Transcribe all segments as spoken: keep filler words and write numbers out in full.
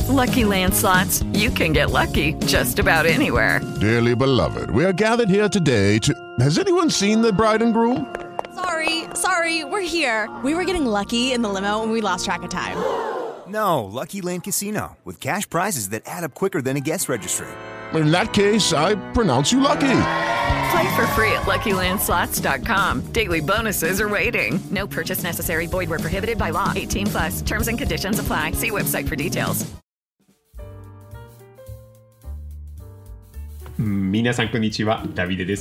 Lucky Land Slots, you can get lucky just about anywhere. Dearly beloved, we are gathered here today to... Has anyone seen the bride and groom? Sorry, sorry, we're here. We were getting lucky in the limo and we lost track of time. No, Lucky Land Casino, with cash prizes that add up quicker than a guest registry. In that case, I pronounce you lucky. Play for free at Lucky Land Slots dot com. Daily bonuses are waiting. No purchase necessary. Void where prohibited by law. eighteen plus. Terms and conditions apply. See website for details. 皆さんこんにちは、ダビデです。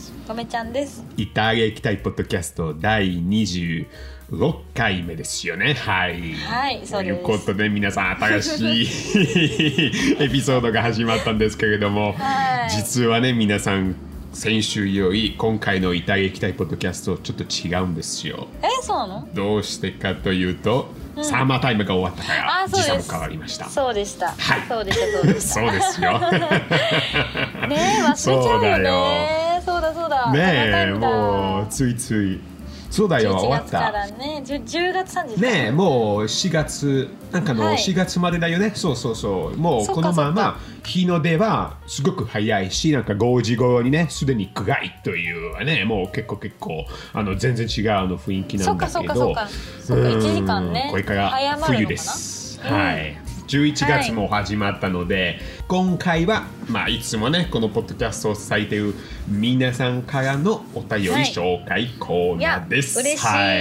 とめちゃんです。 イタリア行きたいポッドキャストだいにじゅうろっかいめですよね。はい。 はい、そうです。 ということで皆さん新しいエピソードが始まったんですけれども、 はい、 実はね皆さん先週より今回のイタリア行きたいポッドキャストちょっと違うんですよ。 え、そうなの？どうしてかというと、うん、サーマータイムが終わったから時差も変わりました。 そうでした。 はい。 そうでしたそうでした。 そうですよ。 ねえ忘れちゃうよね。そうだそうだ。 ねえもうついつい。そうだよ、終わった。 じゅうがつからね、じゅうがつさんじゅうにちねえ、もうしがつなんかのしがつまでだよね、はい、そうそうそう。もうこのまま日の出はすごく早いし、なんかごじ頃にねすでに暗いというね、もう結構結構あの全然違うの雰囲気なんだけど、 そうかそうかそうか、そうかいちじかんね。 これから冬です。はい。じゅういちがつも始まったので、はい、今回は、まあ、いつもねこのポッドキャストをされている皆さんからのお便り紹介コーナーです。 はい、嬉しい、はい、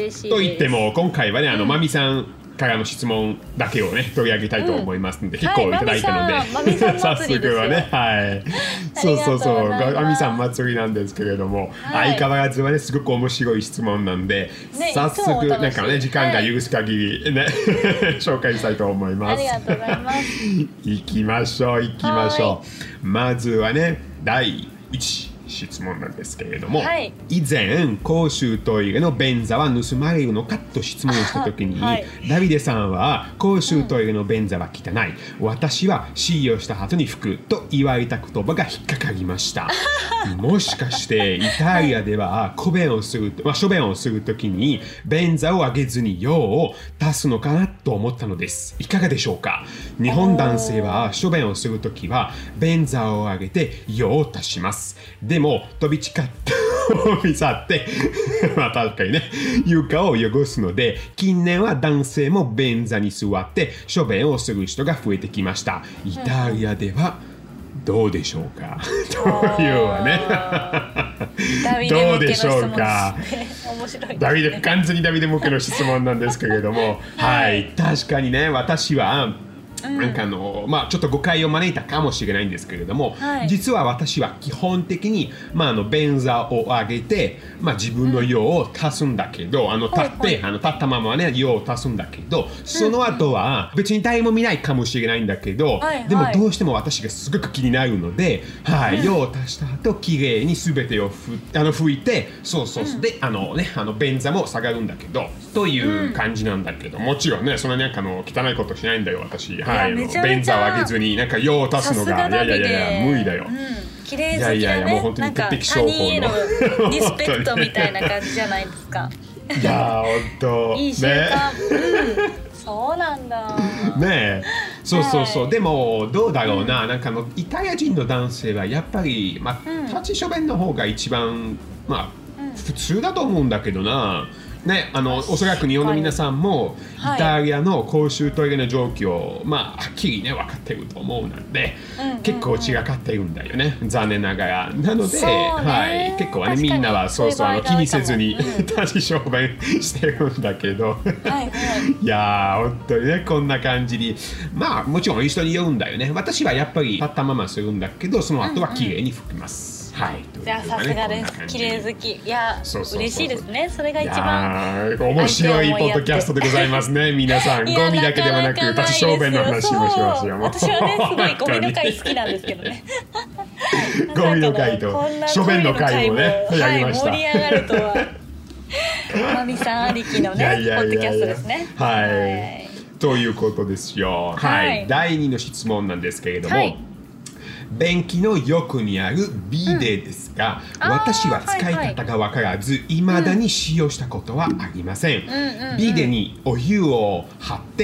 嬉しいです。 と言っても今回はねあの、うん、マミさんからの質問だけをね取り上げたいと思いますので、うん、結構いただいたので、はい、早速はね、はい、そうそうそう、マミさん祭りなんですけれども、はい、相変わらずはねすごく面白い質問なんで、ね、早速なんかね時間が許す限りね、はい、紹介したいと思います。 ありがとうございます。 行きましょう行きましょう。まずはねだいいち質問なんですけれども、はい、以前公衆トイレの便座は盗まれるのかと質問した時に、はい、ダビデさんは公衆トイレの便座は汚い、うん、私は使用した後に拭くと言われた言葉が引っかかりましたもしかしてイタリアでは小便をする、まあ、小便をする時に便座を上げずに用を足すのかなと思ったのです。いかがでしょうか？日本男性は小便をする時は便座を上げて用を足します。でも飛び散って飛び去ってまあ確かにね床を汚すので、近年は男性も便座に座って小便をする人が増えてきました。イタリアではどうでしょうかというはねどうでしょうか。 面白いですね。 ダビデ完全にダビデ向けの質問なんですけれどもはい、確かにね私はなんかあのまあ、ちょっと誤解を招いたかもしれないんですけれども、はい、実は私は基本的に、まあ、あの便座を上げて、まあ、自分の用を足すんだけど、うん、あの立って、はいはい、あの立ったままね用を足すんだけど、その後は別に誰も見ないかもしれないんだけど、はいはい、でもどうしても私がすごく気になるので、はい、用を足した後きれいに全てをふあの拭いて、そうそう、うん、であの、ね、あの便座も下がるんだけどという感じなんだけど、もちろんねそんなになんかの汚いことしないんだよ私。はい、便座を上げずになんか用を足すのがいやいやいやいや無理だよ、うん、 綺麗好きだね。 いやいやいやもう本当に潔癖症法の他人へのリスペクトみたいな感じじゃないですかいや本当いい習慣、ねうん、そうなんだねえそうそうそう、はい、でもどうだろうな、うん、なんかのイタリア人の男性はやっぱり、まあ、うん、立ち小便の方が一番まあ、うん、普通だと思うんだけどなね、あのおそらく日本の皆さんもイタリアの公衆トイレの状況、まあはっきりね分かっていると思うので、うんうんうん、結構違かっているんだよね残念ながら。なので、はい、結構はねみんなはそうそうあの気にせずに、うん、立ち小便してるんだけどはい、はい、いやー本当にねこんな感じにまあもちろん人によるんだよね。私はやっぱり立ったままするんだけどその後はきれいに拭きます、うんうんはい、 じゃあさすがです。綺麗好き。いやそうそうそう嬉しいですね。それが一番面白いポッドキャストでございますね皆さん。ゴミだけではなく立ち小便の話もしますよ。 私はねすごいゴミの回好きなんですけどねゴミの回と小便の回もねやりました、 はい、盛り上がるとはマミさんありきのねポッドキャストですね。 はい、はい、ということですよ。はい、はい、だいにの質問なんですけれども、はい、便器の横にあるビデですが、うん、私は使い方が分からず、はいはい、未だに使用したことはありません、うん、ビデにお湯を張って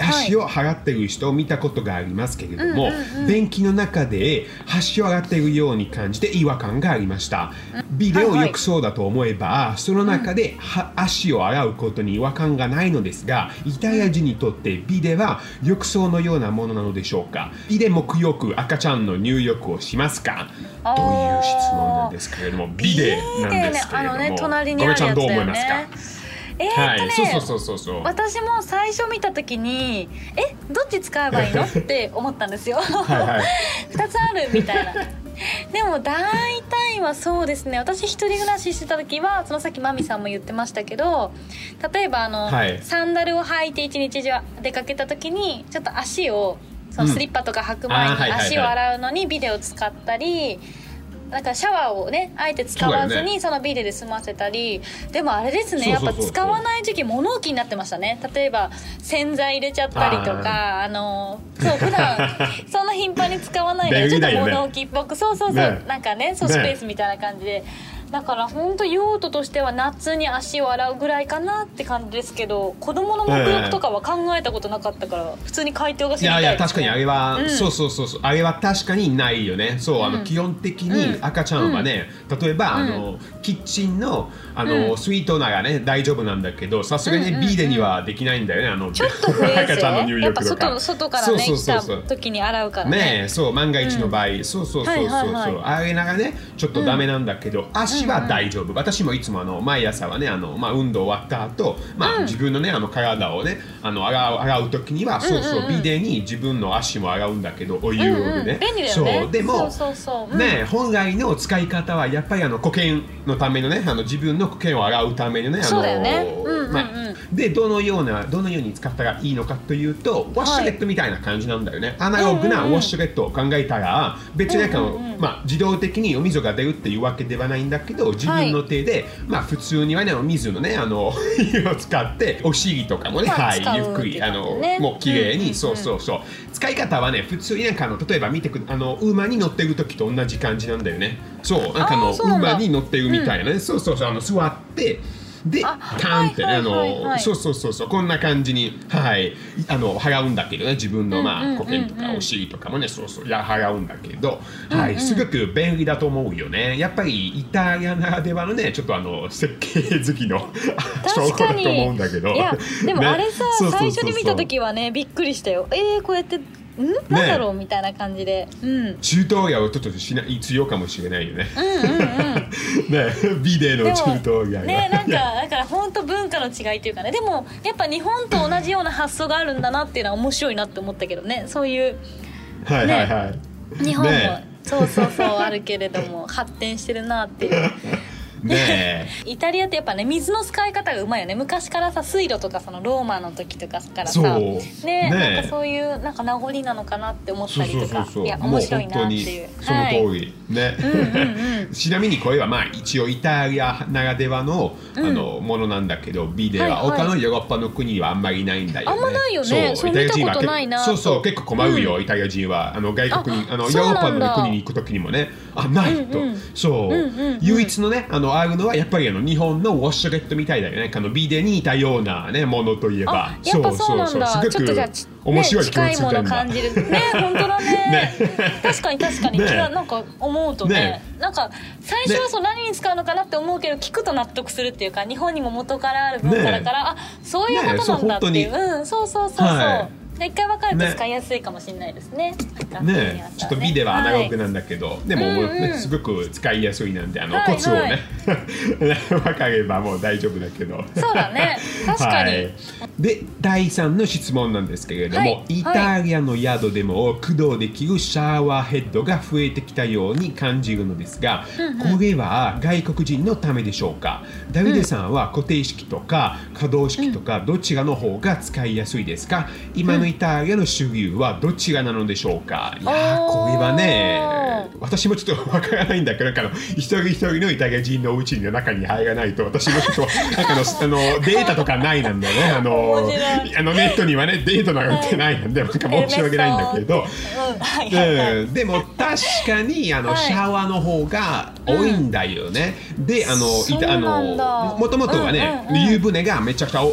足を洗っている人を見たことがありますけれども、うんうんうん、便器の中で足を洗っているように感じて違和感がありました。ビデオ浴槽だと思えば、はいはい、その中で、うん、足を洗うことに違和感がないのですが、イタリア人にとってビデは浴槽のようなものなのでしょうか。ビデ沐浴、赤ちゃんの入浴をしますかという質問なんですけれども、ビデなんですけれども、ね、 隣にあるやつだよね。 ごめちゃんどう思いますか？ えーっとね、 はい、そうそうそうそうそう。 私も最初見たときにえどっち使えばいいのって思ったんですよ。はい、はい、ふたつあるみたいな。でも大体はそうですね。私一人暮らししてた時はそのさっきマミさんも言ってましたけど、例えばあの、はい、サンダルを履いて一日中出かけた時にちょっと足をそのスリッパとか履く前に足を洗うのにビデを使ったり、なんかシャワーをねあえて使わずにそのビデで済ませたり、でもあれですね、やっぱ使わない時期物置になってましたね。例えば洗剤入れちゃったりとか、あのそう普段そんな頻繁に使わないからちょっと物置っぽく、そうそうそう、ね、なんかねそうスペースみたいな感じで、だから本当用途としては夏に足を洗うぐらいかなって感じですけど、子供の沐浴とかは考えたことなかったから普通に回答が知りたいですね。いやいや確かにあれは、うん、そうそうそうそう、あれは確かにないよね。そう、あの、うん、基本的に赤ちゃんはね、うん、例えば、うん、あのキッチンのあの、うん、スイートならね大丈夫なんだけど、さすがに、ね、ビデにはできないんだよね。あのちょっと不衛生赤ちゃんの入浴とかやっぱ 外, 外からねそうそうそうそう来た時に洗うからね。ね、そう万が一の場合、うん、そうそうそうそうそう、はいはいはい、あれならねちょっとダメなんだけど、うん、足は大丈夫、うんうん、私もいつもあの毎朝はねあの、まあ、運動終わった後、まあ、うん、自分のねあの体をねあの洗う洗う時には、うんうんうん、そうそうビデに自分の足も洗うんだけどお湯でね、うんうん、便利だよね。そうでもそうそうそう、うん、ね本来の使い方はやっぱりあの保険のためのねあの自分の保険を洗うためのねあのそうだよね、うんうんうん、まあ、でどのようなどのように使ったらいいのかというと、ウォッシュレットみたいな感じなんだよね、はい、アナログなウォッシュレットを考えたら、別になんかの、うんうんうん、まあ、自動的にお水が出るっていうわけではないんだけど、自分の手で、はい、まあ普通にはねお水のねあのを使ってお尻とかもね、まあ、はいゆっくりあの、ね、もう綺麗に、うんうんうん、そうそうそう、使い方はね普通になんかあの例えば見てくあの馬に乗ってる時と同じ感じなんだよね。そうなんかあの馬に乗ってるみたいなね、うん、そうそうそう、あの座ってでターンってね、あのそうそうそうそうこんな感じにはいあの払うんだけどね、自分のまあ保険とかお尻とかもね、そうそうや払うんだけど、はいすごく便利だと思うよね。やっぱりイタリアならではのねちょっとあの設計好きの証拠だと思うんだけど、いやでもあれさ、ね、最初に見た時はねびっくりしたよ。えー、こうやってんなんだろう、ね、みたいな感じで、うん、チュートリアルをちょっとしない必要かもしれないよね。うんうんうんねビデのチュートリアルね、なんかだから本当文化の違いっていうかね、でもやっぱ日本と同じような発想があるんだなっていうのは面白いなって思ったけどね、そういう、はいはいはい、ね、日本も、ね、そうそうそうあるけれども発展してるなっていうねイタリアってやっぱね水の使い方がうまいよね。昔からさ水路とかそのローマの時とかからさ ね, ねなんかそういうなんか名残なのかなって思ったりとか、そうそうそうそう、いや面白いなっていう、その通り、はい、ね、うんうんうん、ちなみにこれはまあ一応イタリアならでは の,、うん、あのものなんだけど、ビデは他のヨーロッパの国にはあんまりないんだよね。あんまないよね。そう、そう見たことないな。そうそう結構困るよ、うん、イタリア人はあの外国にあのヨーロッパの国に行く時にもねあないと、うんうん、そう、うんうんうん、唯一のねあのあるのはやっぱりあの日本のウォッシュレットみたいだよね。あのビデに似たような、ね、ものといえば、やっぱそうなんだ。そうそうそう、すごくちょっとじゃあ面白い共通点だ、ね、近いもの感じるね。本当だ ね, ね確かに確かに、ね、なんか思うと ね, ねなんか最初はそう、ね、何に使うのかなって思うけど聞くと納得するっていうか、日本にも元からある文化だから、ね、あそういうことなんだっていう、ね、うんそうそうそうそう、はい、一回分かると使いやすいかもしれないですね。ね, ねちょっとビデはアナログなんだけど、はい、でも、ねうんうん、すごく使いやすいなんであの、はいはい、コツをね分かればもう大丈夫だけど。そうだね確かに、はい、でだいさんの質問なんですけれども、はい、イタリアの宿でも駆動できるシャワーヘッドが増えてきたように感じるのですが、うんうん、これは外国人のためでしょうか。ダビデさんは固定式とか可動式とかどちらの方が使いやすいですか。今のイタリアの主流はどちらなのでしょうか。いやこれはね私もちょっとわからないんだけど、なんかの一人一人のイタリア人のうちの中に入らないと私もちょっとなんか の, あのデータとかないなんだよね。あのあのネットにはねデータなんてないなんで、なんか申し訳ないんだけど、うん、でも確かにあの、はい、シャワーの方が多いんだよね、うん、であのいたあのもともとはね、うんうんうん、湯船がめちゃくちゃ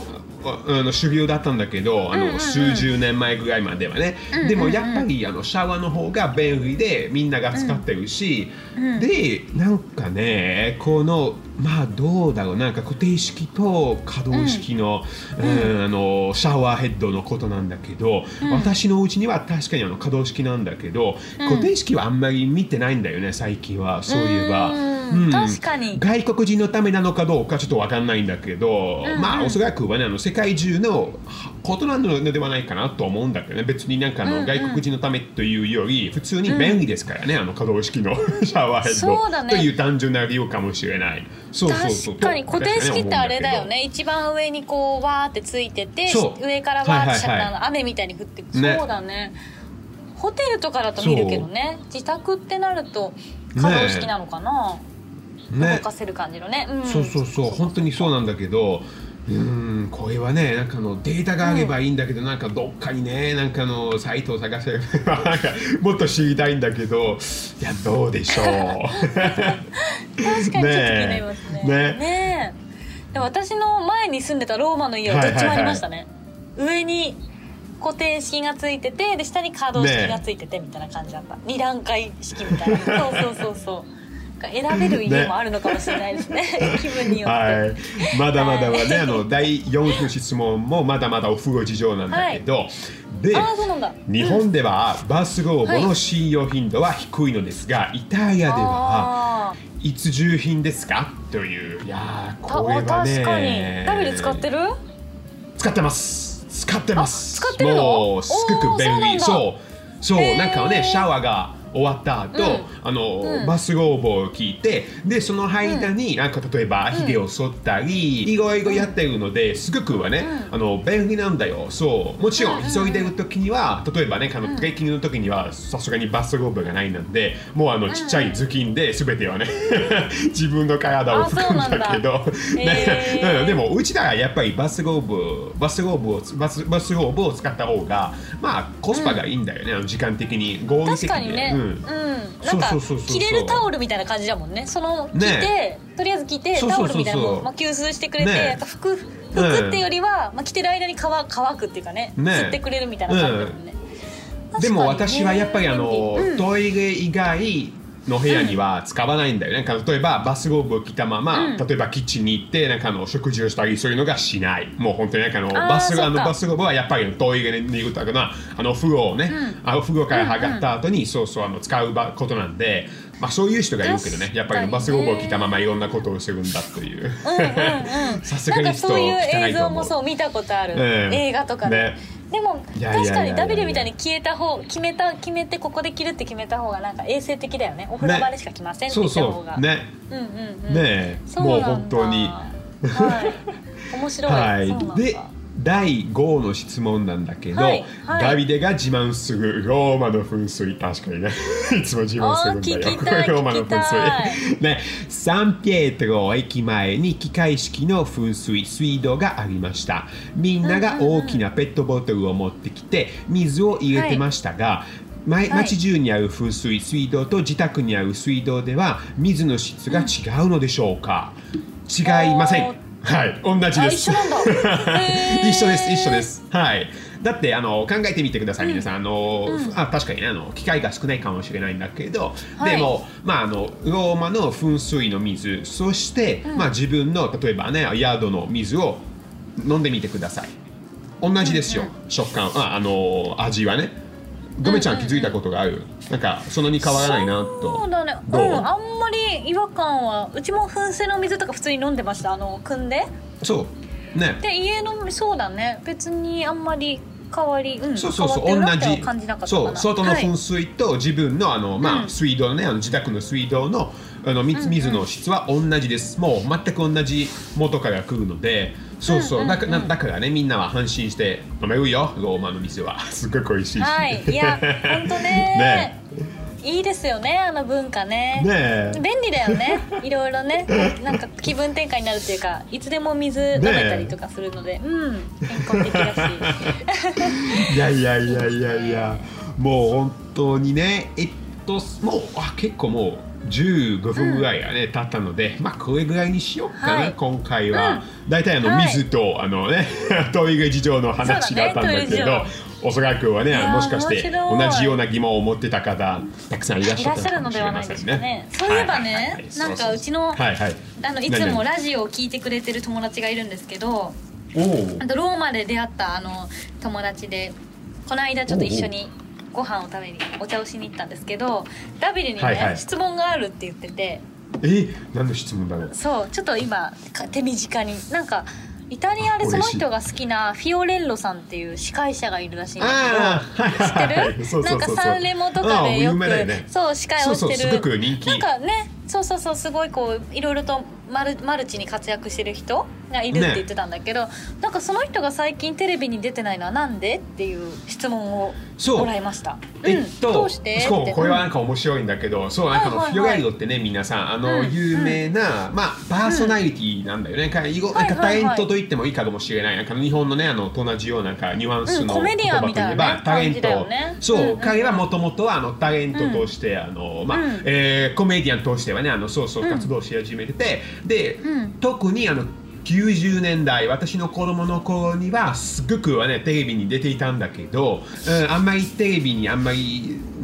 あの主流だったんだけど、あの、うんうんうん、数十年前ぐらいまではね、うんうんうん、でもやっぱりあのシャワーの方が便利でみんなが使ってるし、うんうん、でなんかねこのまあどうだろうなんか固定式と可動式の、うんうん、あのシャワーヘッドのことなんだけど、うん、私のうちには確かにあの可動式なんだけど、うん、固定式はあんまり見てないんだよね最近は。そういえば、 うんうん、確かに外国人のためなのかどうかちょっと分かんないんだけど、うんうん、まあおそらくはねあの世界中のことなのではないかなと思うんだけどね。別になんかあの、うんうん、外国人のためというより普通に便利ですからね、うん、あの可動式のシャワーヘッド、ね、という単純な理由かもしれない。そうそうそう、 確かに固定式ってあれだよね。一番上にこうわーってついてて上からわーってシャッター、はいはいはい、雨みたいに降ってくる、ね、そうだね。ホテルとかだと見るけどね、自宅ってなると可動式なのかな、ね、動かせる感じのね、うん、 そうそうそう本当にそうなんだけど、うーんこれはねなんかのデータがあればいいんだけど、うん、なんかどっかにねなんかのサイトを探せればなんかもっと知りたいんだけど、いやどうでしょう確かにちょっと気になりますね。ねねえでも私の前に住んでたローマの家はどっちもありましたね、はいはいはい、上に固定式がついててで下に可動式がついててみたいな感じだった、ね、に段階式みたいなそうそうそうそう選べる家もあるのかもしれないですね気分によって、はい、 まだまだはねあのだいよんの質問もまだまだお風呂事情なんだけど、はい、で日本ではバスローブの使用頻度は低いのですが、はい、イタリアではいつ充品ですかという。いやこれはね確かにダビデ使ってる？ 使ってます使ってます使ってるの？ もうすごく便利。そうそう、えー、なんかねシャワーが終わった後、うん、あの、うん、バスローブを着てでその間に、うん、なんか例えばひげを剃ったり、うん、いろいろやってるのですごくはね、うん、あの便利なんだよ。そうもちろん、うん、急いでる時には例えばねあのトレッキングの時にはさすがにバスローブがないのでもうあのちっちゃい頭巾で全てはね自分の体を拭くんだけどね、えー、でもうちらはやっぱりバスローブバスローブをバスバスローブを使った方がまあコスパがいいんだよね、うん、時間的に合理的に。確かにね、うんうん、 なんか着れるタオルみたいな感じだもんね。その着て、ね、とりあえず着てタオルみたいなのも、まあ、吸収してくれて、ね、服服ってよりは、まあ、着てる間に乾乾くっていうかね、ね吸ってくれるみたいな感じだもんね、 うん、でも私はやっぱりあの、うん、トイレ以外の部屋には使わないんだよね、うん、なんか例えばバスローブを着たまま、うん、例えばキッチンに行ってなんかあの食事をしたりそういうのがしない。もう本当になんかあのバスあのバスローブはやっぱりトイレにいるとかあの風呂をね、うん、あの風呂から上がった後に、うんうん、そうそうあの使うことなんで、まあ、そういう人がいるけどねやっぱりバスローブを着たままいろんなことをするんだというさすがに人汚いと思う。 なんかそういう映像もそう見たことある、うん、映画とかで、ねでも確かにダビデみたいに消えた方決めた決めてここで着るって決めた方がなんか衛生的だよね。お風呂場でしか着ませんって言った方が、ね、そうそうね、うんうんうん、 ねもう本当にはい面白い、 はい、 そうなんだ。 でだいごの質問なんだけど、はいはい、ダビデが自慢するローマの噴水、確かにねいつも自慢するんだよローマの噴水ね、サンピエトロ駅前に機械式の噴水水道がありました。みんなが大きなペットボトルを持ってきて水を入れてましたが、はい、街中にある噴水水道と自宅にある水道では水の質が違うのでしょうか？違いません。はい、同じです。 一緒なんだ一緒です、一緒です。はい。だってあの考えてみてください、うん、皆さんあの、うん、あ確かにねあの機会が少ないかもしれないんだけど、はい、でもまああのローマの噴水の水、そして、うん、まあ自分の例えばね宿の水を飲んでみてください。同じですよ、うんうん、食感ああの味はね。ゴメちゃん気づいたことがある、うんうんうん、なんかそんなに変わらないなと。 そうだね、うん、あんまり違和感は。うちも噴水の水とか普通に飲んでました。あの汲んでそうねで家のそうだね別にあんまり変わり、うん、 そうそうそう変わってるなっては感じなかったかな。 そう外の噴水と自分のあの、まあ、うん、水道ねあの自宅の水道のあの水の質は同じです、うんうん、もう全く同じ元から来るので、そうそう、うんうんうん、だ, だからねみんなは安心して飲めるよ。ローマの水はすごく美味しいし、 はい、いや本当 ね, ねいいですよねあの文化 ね, ね便利だよねいろいろねなんか気分転換になるっていうかいつでも水飲めたりとかするので、ね、うん健康的だしいやいやいやいやいやもう本当にねえっともうあ結構もうじゅうごふんぐらいがね、うん、経ったので、まあこれぐらいにしようかな、はい、今回は。だいたいあの、はい、水とあのねトイレ事情の話だったんだけど、ね、おそらくはね、もしかして同じような疑問を持ってた方たくさんいらっしゃったかもしれませんね。 そういえばね、はいはいはい、なんかうちの、はいはい、あのいつもラジオを聞いてくれてる友達がいるんですけど、あとローマで出会ったあの友達で、この間ちょっと一緒にご飯を食べにお茶をしに行ったんですけど、ダビデにね、はいはい、質問があるって言ってて。 え、何の質問だろう。 そうちょっと今手短になんかイタリアでその人が好きなフィオレッロさんっていう司会者がいるらしいんだけど、知ってる？なんかサンレモとかでよく、ね、そう司会をしてる。 そうそうすごく人気。 なんかね、そうそうそうすごいこういろいろとマル、マルチに活躍してる人がいるって言ってたんだけど、ね、なんかその人が最近テレビに出てないのはなんでっていう質問をもらいました。 えっと、うん、どうしてそうこれはなんか面白いんだけど、うん、そうなんかのフィオレッロってね、皆さんあの、うん、有名な、まあパーソナリティなんだよね。うん、なんかタレントと言ってもいいかもしれない。なんか日本のねあのと同じようななんかニュアンスの言葉といえば、うん、タレント、ね、そう、うん、彼はもともとあのタレントとして、うん、あのまあ、うん、えー、コメディアンとしてはねあのそうそう活動し始めてて、うん、で、うん、特にあのきゅうじゅうねんだい私の子供の頃にはすごくはねテレビに出ていたんだけど、うん、あんまりテレビにあんまり、うん、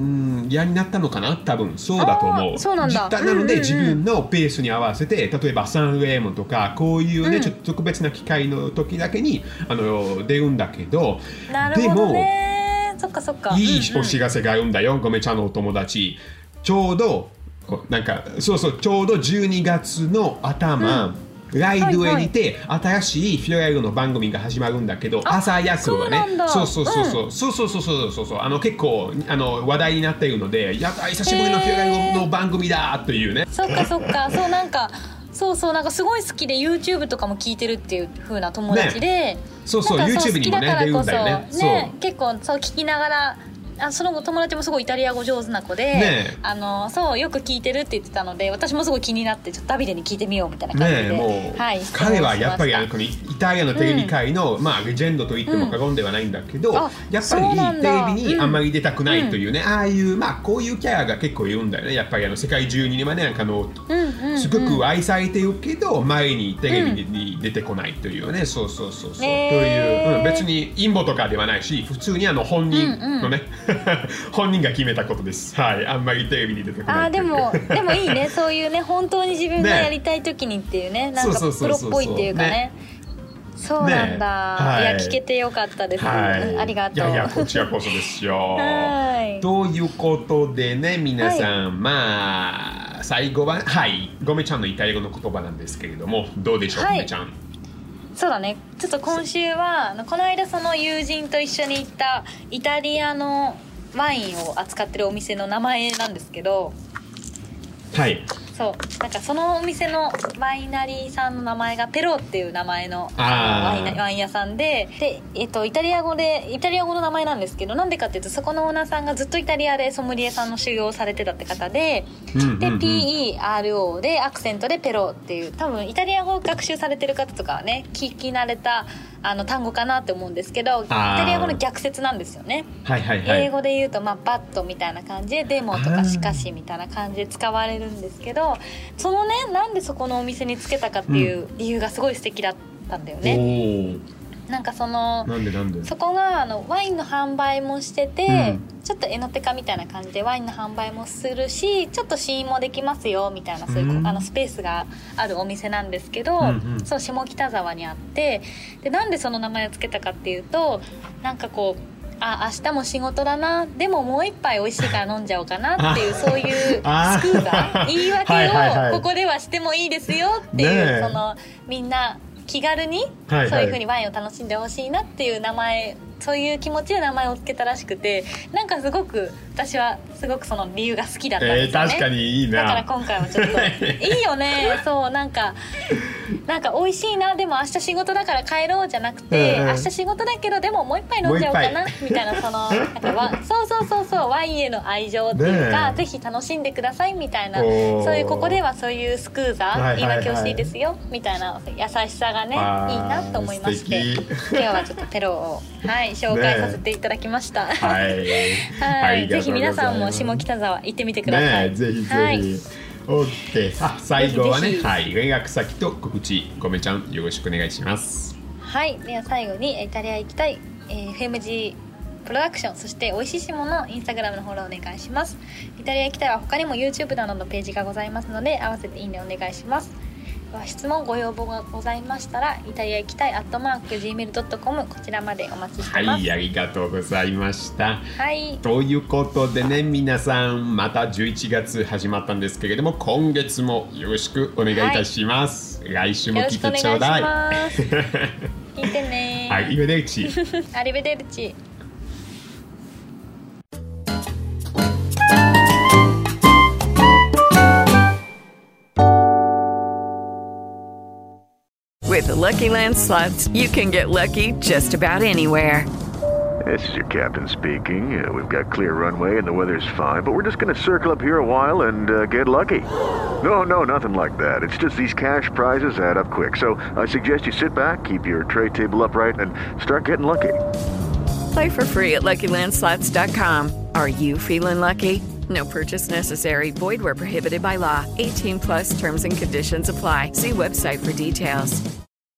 嫌になったのかな、多分そうだと思う。 そうなんだ。 なので、うんうんうん、自分のペースに合わせて、例えばサンレーモとかこういうね、うん、ちょっと特別な機会の時だけにあの出るんだけど、 なるほどね。でもそっかそっか、 いいお知らせがあるんだよ、ごめちゃんのお友達。ちょうどなんかそうそうちょうどじゅうにがつの頭、うんライドエにて新しいフィオレッロの番組が始まるんだけど、朝早くはね、そうそうそうそう、うん、そうそうそうそうそうそうあの結構あの話題になっているので、やった久しぶりのフィオレッロの番組だというね。 そっかそっか、そうなんかそうそうなんかすごい好きで YouTube とかも聞いてるっていう風な友達で、ね、 そうそう YouTube にもね出るんだよね。 ね結構そう聞きながら。あその友達もすごいイタリア語上手な子で、ね、あのそうよく聞いてるって言ってたので、私もすごい気になってちょっとダビデに聞いてみようみたいな感じで、ねもうはい、 彼はやっぱりあのイタリアのテレビ界の、うんまあ、レジェンドと言っても過言ではないんだけど、うん、やっぱりテレビにあんまり出たくないというね、うん、ああいう、まあ、こういうキャラが結構いるんだよね。やっぱりあの世界中にはねなんかの、うんうんうん、すごく愛されてるけど前にテレビに出てこないというね、うん、そうそうそうそう、えー、という、うん、別に陰謀とかではないし、普通にあの本人のね、うんうん本人が決めたことです。はい、あんまりテレビに出てこない。 あでもでもいいね、そういうね本当に自分がやりたい時にっていうね、なんかプロっぽいっていうかね。そうなんだ、ねはい、いや聞けてよかったです、はい、ありがとう。 いやいやこちらこそですよはいということでね皆さん、はい、まあ最後ははいごめちゃんのイタリア語の言葉なんですけれどもどうでしょう、はい、ごめちゃん。 そうだね、ちょっと今週はこの間その友人と一緒に行ったイタリアのワインを扱ってるお店の名前なんですけど、 はいそうなんかそのお店のワイナリーさんの名前がペロっていう名前のワイン、ワイン屋さんで、で、えっと、イタリア語でイタリア語の名前なんですけど、なんでかっていうとそこのオーナーさんがずっとイタリアでソムリエさんの修行をされてたって方で、うんうんうん、で ピーイーアールオー でアクセントでペロっていう、多分イタリア語を学習されてる方とかはね聞き慣れたあの単語かなって思うんですけど、イタリア語の逆説なんですよね、 はいはいはい、 英語で言うと、まあ、バットみたいな感じでデモとかしかしみたいな感じで使われるんですけど、そのねなんでそこのお店につけたかっていう理由がすごい素敵だったんだよね、うん、なんかそのなんでなんでそこがあのワインの販売もしてて、うん、ちょっとエノテカみたいな感じでワインの販売もするし、ちょっと試飲もできますよみたいなそういう、うん、あのスペースがあるお店なんですけど、うんうん、そう下北沢にあって、でなんでその名前をつけたかっていうと、なんかこうあ明日も仕事だな、でももう一杯美味しいから飲んじゃおうかなっていうそういうスクーザー言い訳をここではしてもいいですよっていう、はいはいはい、そのみんな気軽にそういう風にワインを楽しんでほしいなっていう名前、そういう気持ちで名前を付けたらしくて、なんかすごく私はすごくその理由が好きだったんですよね、 えー、確かにいいな。 だから今回はちょっといいよねそうなんかなんか美味しいな、でも明日仕事だから帰ろうじゃなくて、うん、明日仕事だけどでももう一杯飲んじゃおうかなみたいな、そのなんかわそうそうそうそうワインへの愛情っていうか、ぜひ楽しんでくださいみたいな、そういうここではそういうスクーザー、はいはいはい、言い訳をしていいですよみたいな優しさがねいいなと思いまして、今日はちょっとペロをははい紹介させていただきました、 ね、はい、 はい、ぜひ皆さんも下北沢行ってみてください、 ね、ぜひぜひ、はい、OK。 あ、最後はね、ぜひぜひ、はい、連絡先と告知ごめちゃんよろしくお願いします。 はい、では最後にイタリア行きたい、えー、エフエムジープロダクション、そして美味しいしものインスタグラムのフォローお願いします。イタリア行きたいは他にも YouTube などのページがございますので合わせていいねお願いします。質問ご要望がございましたらイタリア行きたいアットマーク ジーメールドットコム こちらまでお待ちしてます。 はい、ありがとうございました、 はい、 ということでね、皆さんまたじゅういちがつ始まったんですけれども今月もよろしくお願いいたします、はい、来週も聞いてちょうだい。よろしくお願いします聞いてね。 アリベデルチアリベデルチ。 With the Lucky Land Slots, you can get lucky just about anywhere. This is your captain speaking. Uh, we've got clear runway and the weather's fine, but we're just going to circle up here a while and uh, get lucky. No, no, nothing like that. It's just these cash prizes add up quick. So I suggest you sit back, keep your tray table upright, and start getting lucky. Play for free at Lucky Land Slots dot com. Are you feeling lucky? No purchase necessary. Void where prohibited by law. eighteen plus terms and conditions apply. See website for details.